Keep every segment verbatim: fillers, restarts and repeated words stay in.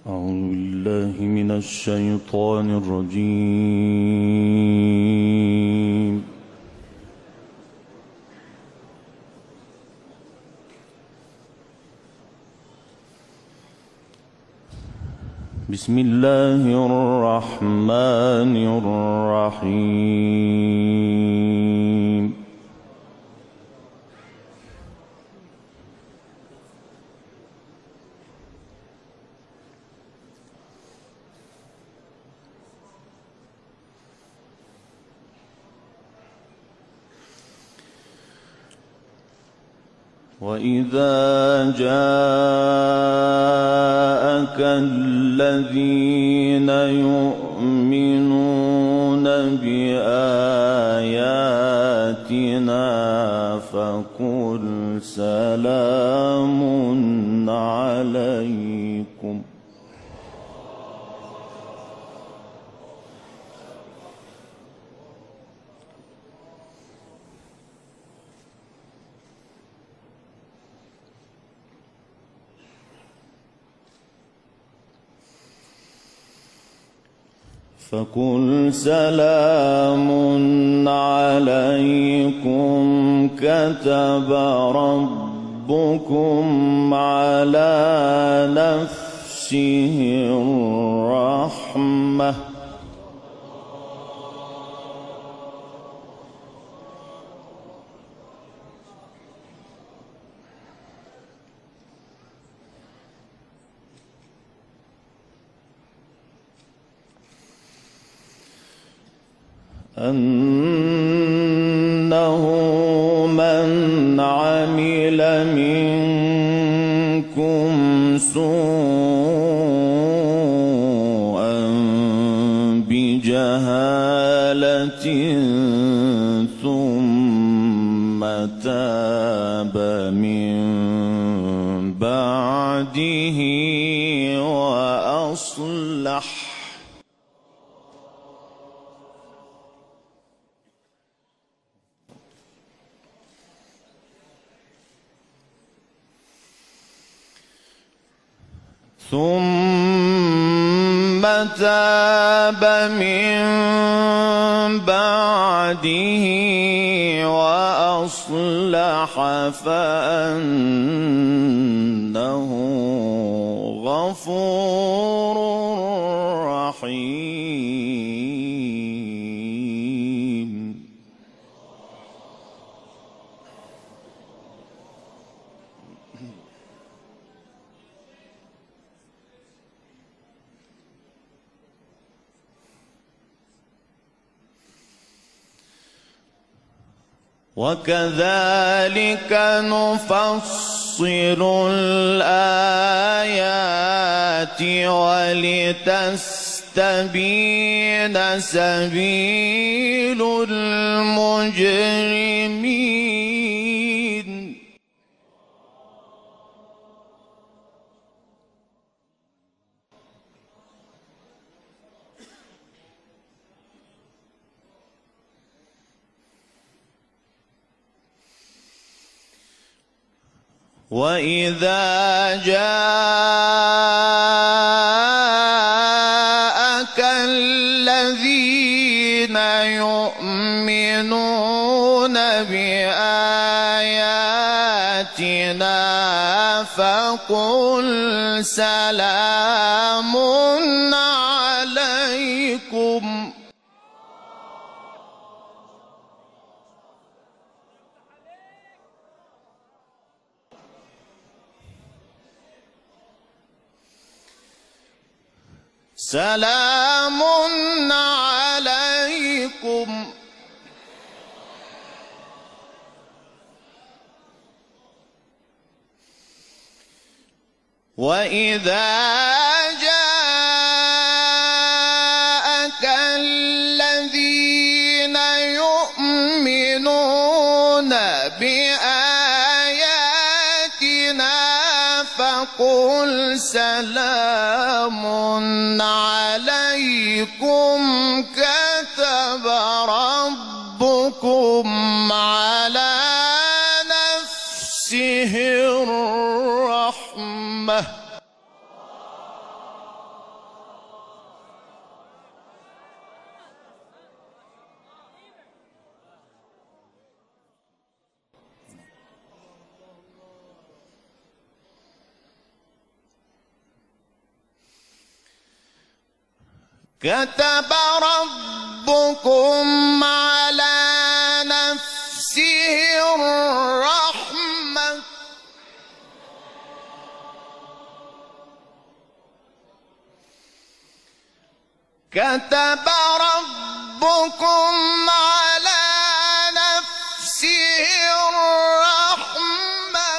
أعوذ بالله من الشيطان الرجيم. بسم الله الرحمن الرحيم. وإذا جاءك الذين يؤمنون بآياتنا فقل سلام عليكم فقل سلام عليكم كتب ربكم على نفسه الرحمة أنه من عمل منكم سوءا بجهالة ثم تاب من بعده وأصلح ثم تاب من بعده وأصلح فأنه غفور رحيم. وكذلك نفصل الآيات ولتستبين سبيل المجرمين. وإذا جاءك الذين يؤمنون بآياتنا فقل سلام عليكم سلام عليكم وإذا جاءك الذين يؤمنون بآياتنا فقل سلام عليكم كتب ربكم على نفسه الرحمة كتب ربكم على نفسه الرحمة كتب ربكم على نفسه الرحمة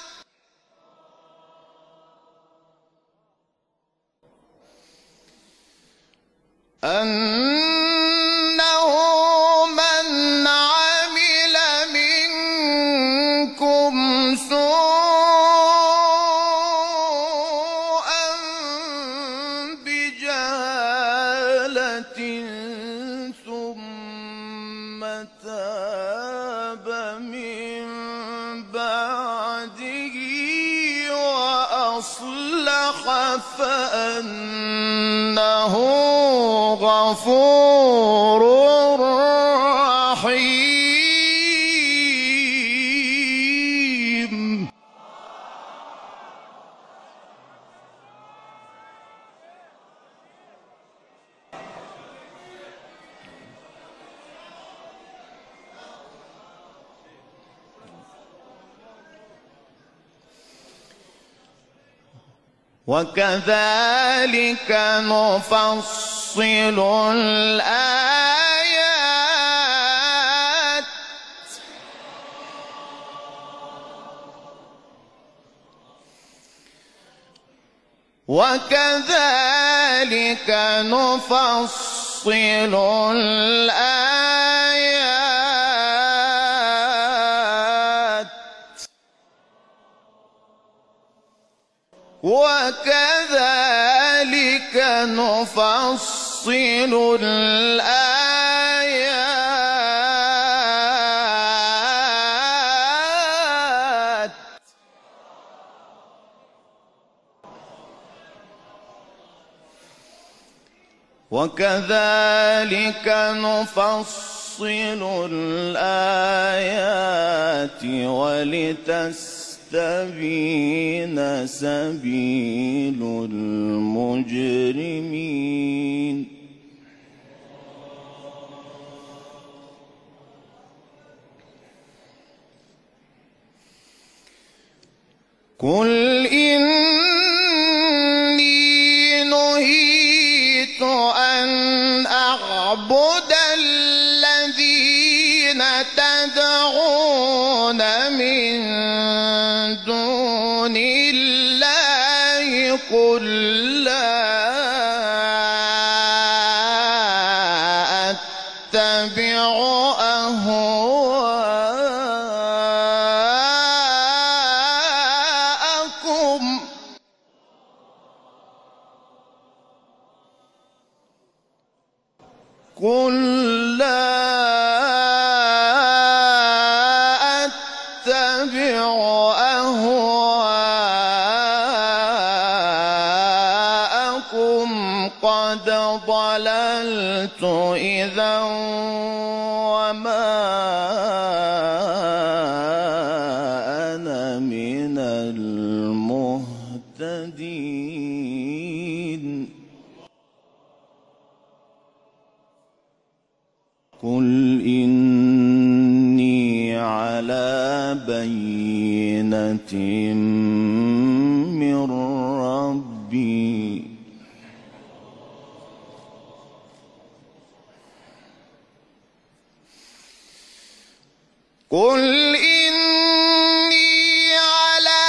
أنه من عمل منكم سوءا بجهالة ثم تاب من بعده وأصلح فأنه غفور رحيم. وكذلك نفصل الآيات وكذلك نفصل الآيات وكذلك نفصل الآيات وكذلك نفصل الآيات ولتستبين سبيل المجرمين. قل إني نهيت أن أعبد الذين تدعون من دون الله قل لا أتبع أهواءكم قل لا أتبع أهواءكم قد ضللت إذا وما أنا من المهتدين. قل إني على بينة من ربي قل إني على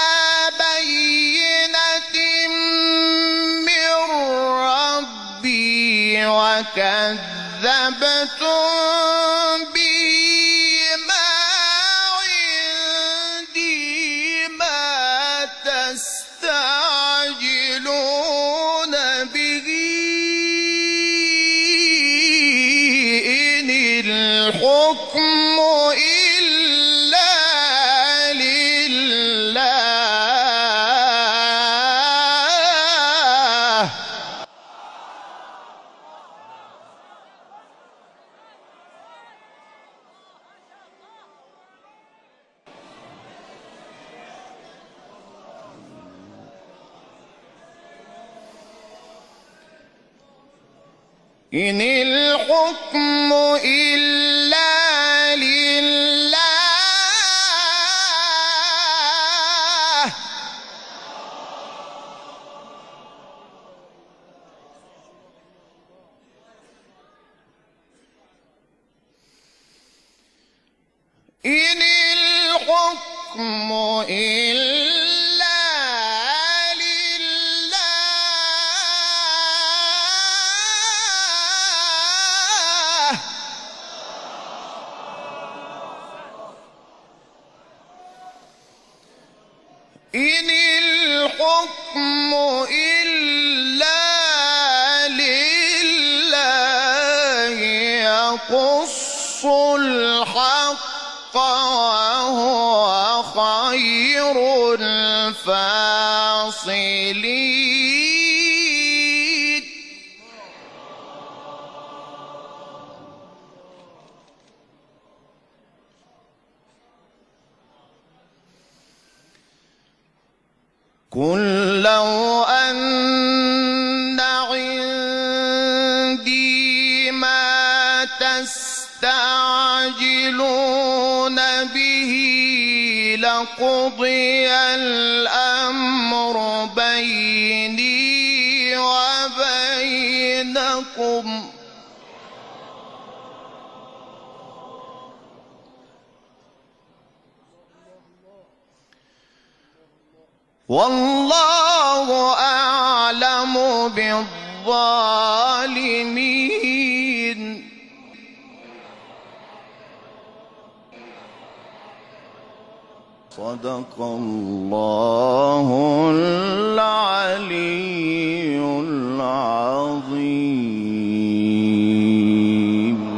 بينة من ربي وكذبتم به ما عندي ما تستعجلون به إن الحكم إلا لله. إن الحكم إلا لله إن الحكم إلا لله إن الحكم إلا لله يقص الحق وهو خير الفاصلين قل لو أن عندي ما تستعجلون به لقضي الأمر بيني وبينكم والله أعلم بالظالمين صدق الله العليم